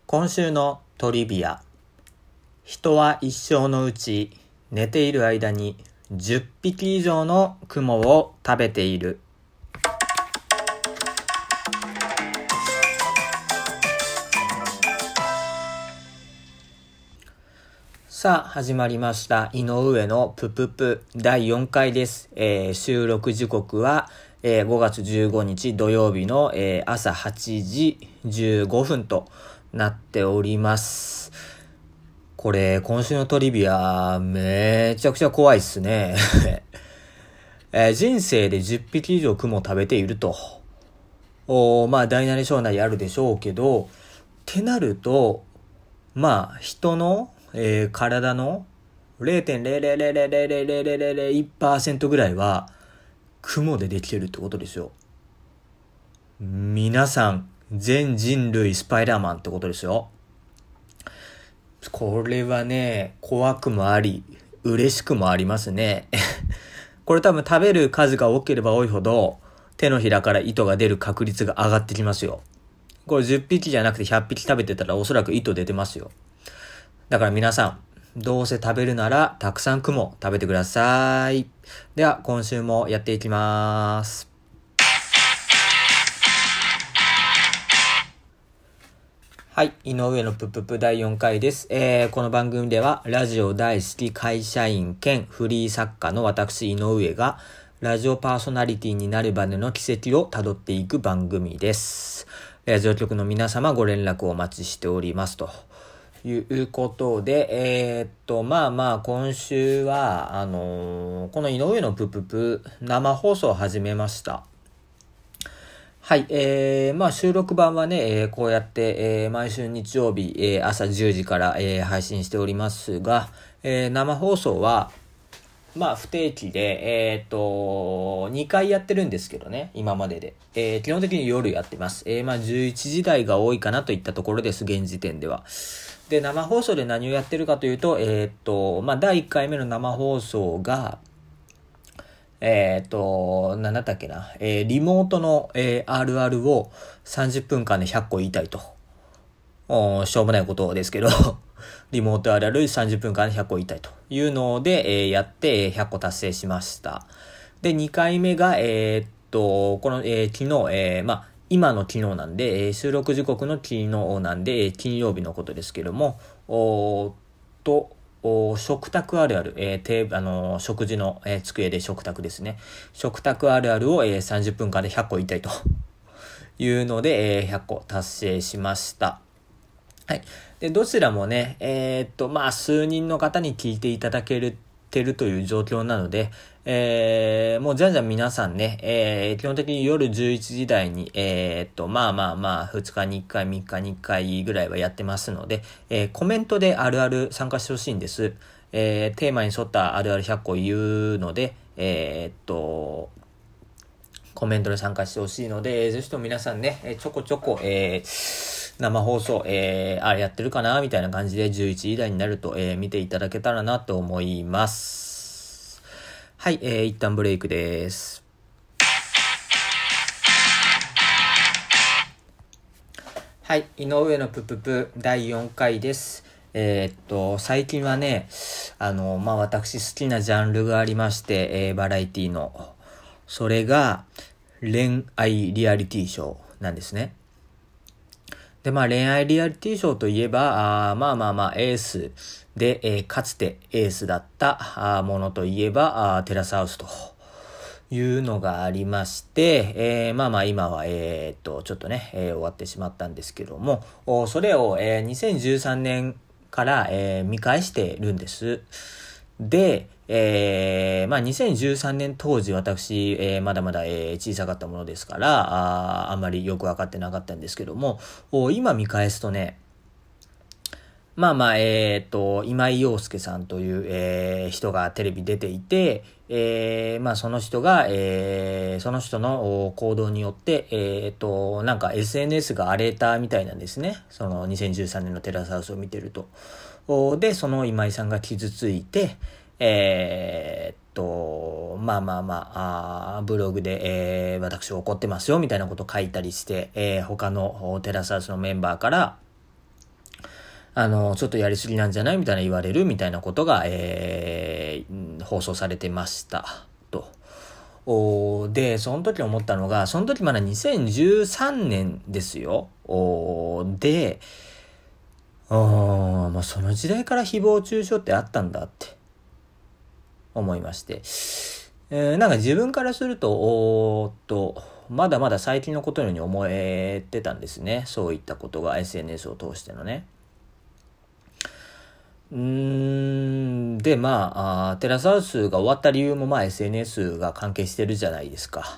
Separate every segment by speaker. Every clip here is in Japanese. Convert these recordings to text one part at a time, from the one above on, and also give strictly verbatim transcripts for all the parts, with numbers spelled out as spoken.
Speaker 1: 今週のトリビア。人は一生のうち寝ている間にじゅっぴき以上の雲を食べている。さあ始まりました井上のプププだいよんかいです。えー、収録時刻は、えー、ごがつじゅうごにち土曜日の、えー、朝はちじじゅうごふんとなっております。これ今週のトリビアめちゃくちゃ怖いっすね、えー、人生でじゅっぴき以上雲を食べているとおまあ大なり小なりあるでしょうけどってなるとまあ人のえー、体の ゼロてんゼロゼロゼロゼロゼロゼロゼロゼロいちパーセント ぐらいは雲でできてるってことですよ。皆さん全人類スパイダーマンってことですよ。これはね怖くもあり嬉しくもありますねこれ多分食べる数が多ければ多いほど手のひらから糸が出る確率が上がってきますよ。これじゅっぴきじゃなくてひゃっぴき食べてたらおそらく糸出てますよ。だから皆さん、どうせ食べるならたくさん雲食べてください。では今週もやっていきます。はい、井上のプププだいよんかいです。えー、この番組ではラジオ大好き会社員兼フリー作家の私井上がラジオパーソナリティになるまでの軌跡をたどっていく番組です。ラジオ局の皆様ご連絡をお待ちしておりますと。いうことで、えー、っと、まあまあ、今週は、あのー、この井上のプププ、生放送を始めました。はい、えー、まあ収録版はね、えー、こうやって、えー、毎週日曜日、えー、朝じゅうじから、えー、配信しておりますが、えー、生放送は、まあ不定期で、えー、っと、にかいやってるんですけどね、今までで。えー、基本的に夜やってます。えー、まあじゅういちじ台が多いかなといったところです、現時点では。で、生放送で何をやってるかというと、えー、っと、まあ、だいいっかいめの生放送が、えー、っと、なんだったっけな、えー、リモートの、えー、アールアール をさんじゅっぷんかんでひゃっこ言いたいと。おしょうもないことですけど、リモート アールアールさんじゅっぷんかんでひゃっこ言いたいというので、えー、やってひゃっこ達成しました。で、にかいめが、えー、っと、この、えー、昨日、えー、まあ、今の昨日なんで、えー、収録時刻の昨日なんで、えー、金曜日のことですけども、おーと、お食卓あるある、えー、テーあのー、食事の、えー、机で食卓ですね。食卓あるあるを、えー、さんじゅっぷんかんでひゃっこ言いたいというので、えー、ひゃっこ達成しました。はい。で、どちらもね、えー、っと、まあ、数人の方に聞いていただける、てるという状況なので、えー、もうじゃんじゃん皆さんね、えー、基本的に夜じゅういちじ台に、えー、っと、まあまあまあ、ふつかにいっかい、みっかにいっかいぐらいはやってますので、えー、コメントであるある参加してほしいんです。えー、テーマに沿ったあるあるひゃっこ言うので、えー、っと、コメントで参加してほしいので、ぜひとも皆さんね、ちょこちょこ、えー、生放送、えー、あれやってるかなみたいな感じでじゅういちじ台になると、えー、見ていただけたらなと思います。はい、えー、一旦ブレイクです。はい、井上のプププだいよんかいです。えー、っと、最近はね、あの、まあ、私好きなジャンルがありまして、えー、バラエティの。それが、恋愛リアリティショーなんですね。で、まあ恋愛リアリティショーといえば、あまあまあまあエースで、えー、かつてエースだったものといえば、あテラスハウスというのがありまして、えー、まあまあ今は、えー、っと、ちょっとね、えー、終わってしまったんですけども、それを、えー、にせんじゅうさんねんから、えー、見返してるんです。で、えー、まあ、にせんじゅうさんねん当時私、えー、まだまだ、えー、小さかったものですから、あ、あんまりよくわかってなかったんですけども、今見返すとね、まあまあ、えー、っと、今井陽介さんという、えー、人がテレビ出ていて、えー、まあその人が、えー、その人の行動によって、えー、っと、なんか エスエヌエス が荒れたみたいなんですね。そのにせんじゅうさんねんのテラスハウスを見てると。で、その今井さんが傷ついて、えー、っと、まあまあまあ、あブログで、えー、私怒ってますよみたいなことを書いたりして、えー、他のテラスハウスのメンバーから、 あの、ちょっとやりすぎなんじゃないみたいな言われるみたいなことが、えー、放送されてました。と。おで、その時思ったのが、その時まだにせんじゅうさんねんですよ。おで、おまあ、その時代から誹謗中傷ってあったんだって思いまして。えー、なんか自分からすると、おーっと、まだまだ最近のことのように思えてたんですね。そういったことが エスエヌエス を通してのね。うーんで、まあ、あテラスハウスが終わった理由も、まあ、エスエヌエス が関係してるじゃないですか。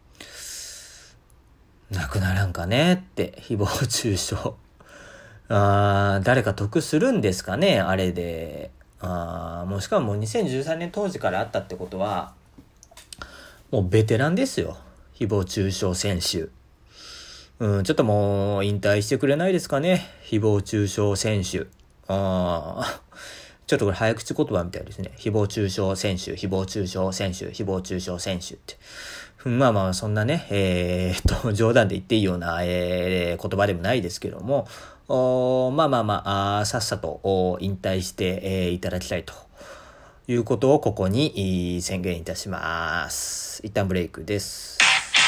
Speaker 1: なくならんかねって、誹謗中傷。あ誰か得するんですかね、あれで。あもうしかもにせんじゅうさんねん当時からあったってことは、もうベテランですよ。誹謗中傷選手。うん、ちょっともう引退してくれないですかね。誹謗中傷選手。あちょっとこれ早口言葉みたいですね。誹謗中傷選手、誹謗中傷選手、誹謗中傷選手って。まあまあ、そんなね、えー、っと、冗談で言っていいような、えー、言葉でもないですけども、おまあまあまあ、あさっさと引退して、えー、いただきたいということをここに宣言いたします。一旦ブレイクです。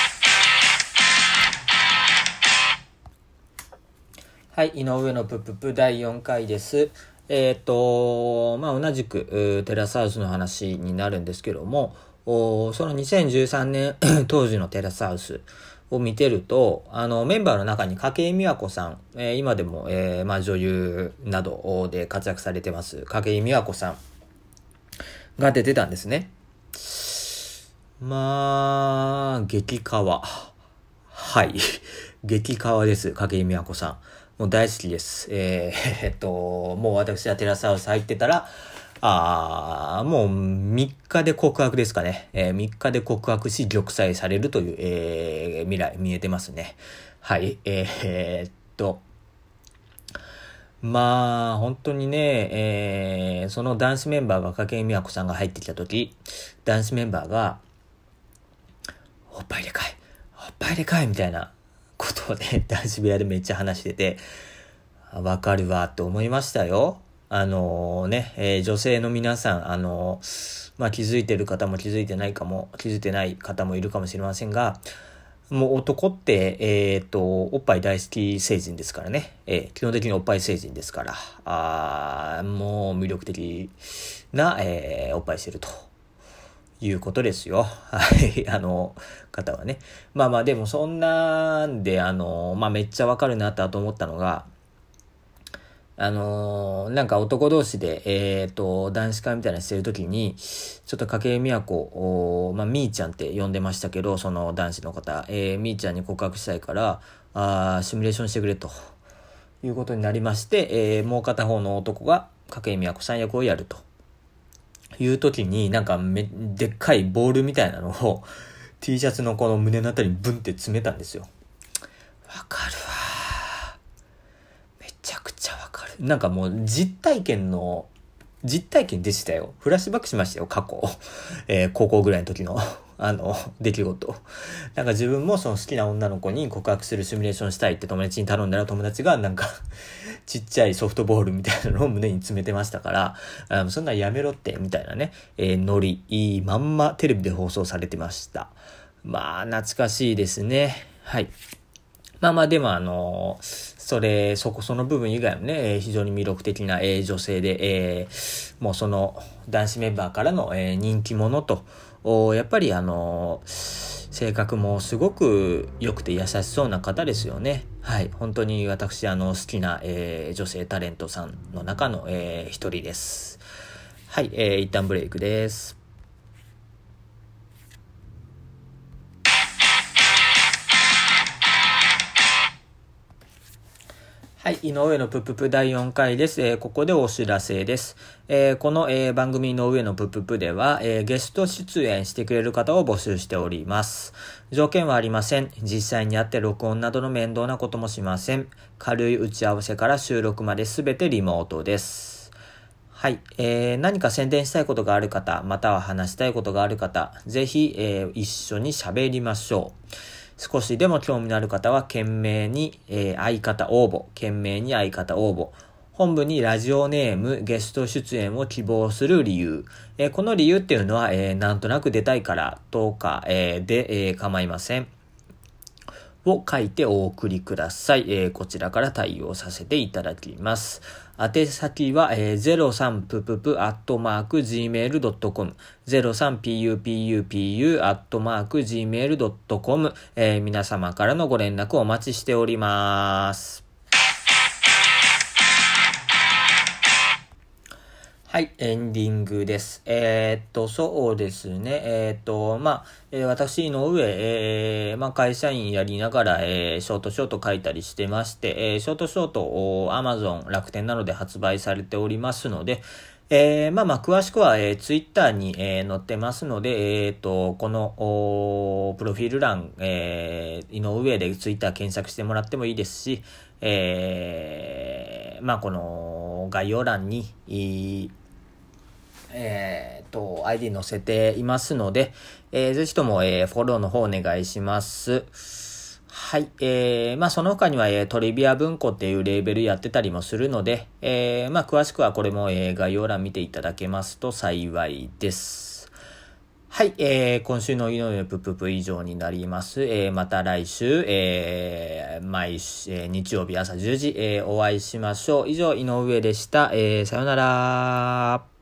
Speaker 1: はい、井上のプププだいよんかいです。えっ、ー、と、まあ同じくテラスハウスの話になるんですけども、そのにせんじゅうさんねん当時のテラスハウスを見てると、あのメンバーの中に筧美和子さん、えー、今でも、えーまあ、女優などで活躍されてます筧美和子さんが出てたんですね。まあ激カワ、はい激カワです。筧美和子さんもう大好きです。えー、えっともう私はテラスハウス入ってたらあもうみっかで告白ですかね。えー、みっかで告白し玉砕されるという、えー、未来見えてますね。はい。えー、えー、っと。まあ、本当にね、えー、その男子メンバーが筧美和子さんが入ってきたとき、男子メンバーが、おっぱいでかい、おっぱいでかいみたいなことをね、男子部屋でめっちゃ話してて、わかるわって思いましたよ。あのー、ね、えー、女性の皆さん、あのー、まあ、気づいてる方も気づいてないかも、気づいてない方もいるかもしれませんが、もう男って、えー、っと、おっぱい大好き成人ですからね。えー、基本的におっぱい成人ですから、あもう魅力的な、えー、おっぱいしてるということですよ。はい、あの、方はね。まあまあ、でもそんなんで、あの、まあめっちゃわかるなと思ったのが、あのー、なんか男同士で、えっと、男子会みたいなしてるときに、ちょっと筧美和子、まあ、みーちゃんって呼んでましたけど、その男子の方、えー、みーちゃんに告白したいから、あシミュレーションしてくれということになりまして、えー、もう片方の男が筧美和子さん役をやるというときに、なんかめ、でっかいボールみたいなのを T シャツのこの胸のあたりにブンって詰めたんですよ。わかるわ。なんかもう実体験の、実体験でしたよ。フラッシュバックしましたよ、過去。えー、高校ぐらいの時の、あの、出来事。なんか自分もその好きな女の子に告白するシミュレーションしたいって友達に頼んだら友達がなんか、ちっちゃいソフトボールみたいなのを胸に詰めてましたから、あそんなやめろって、みたいなね、えー、ノリ、いいまんまテレビで放送されてました。まあ、懐かしいですね。はい。まあまあでもあのー、それ、そこその部分以外もね、えー、非常に魅力的な、えー、女性で、えー、もうその男子メンバーからの、えー、人気者と、やっぱりあのー、性格もすごく良くて優しそうな方ですよね。はい。本当に私あの好きな、えー、女性タレントさんの中の、えー、一人です。はい。えー、一旦ブレイクです。はい。井上のプッププだいよんかいです。えー、ここでお知らせです。えー、この、えー、番組の上のプッププでは、えー、ゲスト出演してくれる方を募集しております。条件はありません。実際に会って録音などの面倒なこともしません。軽い打ち合わせから収録まで全てリモートです。はい。えー、何か宣伝したいことがある方、または話したいことがある方、ぜひ、えー、一緒に喋りましょう。少しでも興味のある方は懸命に、えー、相方応募、懸命に相方応募。 本文にラジオネーム、ゲスト出演を希望する理由。えー、この理由っていうのは、えー、なんとなく出たいからとか、えー、で、えー、構いません。を書いてお送りください。えー、こちらから対応させていただきます。宛先は、えー、ゼロさんプププアットマーク ジーメールドットコム ゼロさんピーユーピーユーピーユー アットマーク ジーメールドットコム、えー、皆様からのご連絡をお待ちしております。はい、エンディングです。えー、っと、そうですね。えー、っと、まあ、えー、私の上、えー、まあ、会社員やりながら、えー、ショートショート書いたりしてまして、えー、ショートショートを Amazon、楽天などで発売されておりますので、えー、まあまあ、詳しくは、えー、ツイッターに、えー、載ってますので、えー、っと、この、プロフィール欄、えー、の上でツイッター検索してもらってもいいですし、えー、まあ、この概要欄に、えー、と、アイディー 載せていますので、えー、ぜひとも、えー、フォローの方お願いします。はい。えー、まあ、その他には、えー、トリビア文庫っていうレーベルやってたりもするので、えー、まあ、詳しくはこれも、えー、概要欄見ていただけますと幸いです。はい。えー、今週の井上ぷぷぷ以上になります。えー、また来週、えー、毎週、えー、日曜日朝じゅうじ、えー、お会いしましょう。以上、井上でした。えー、さよなら。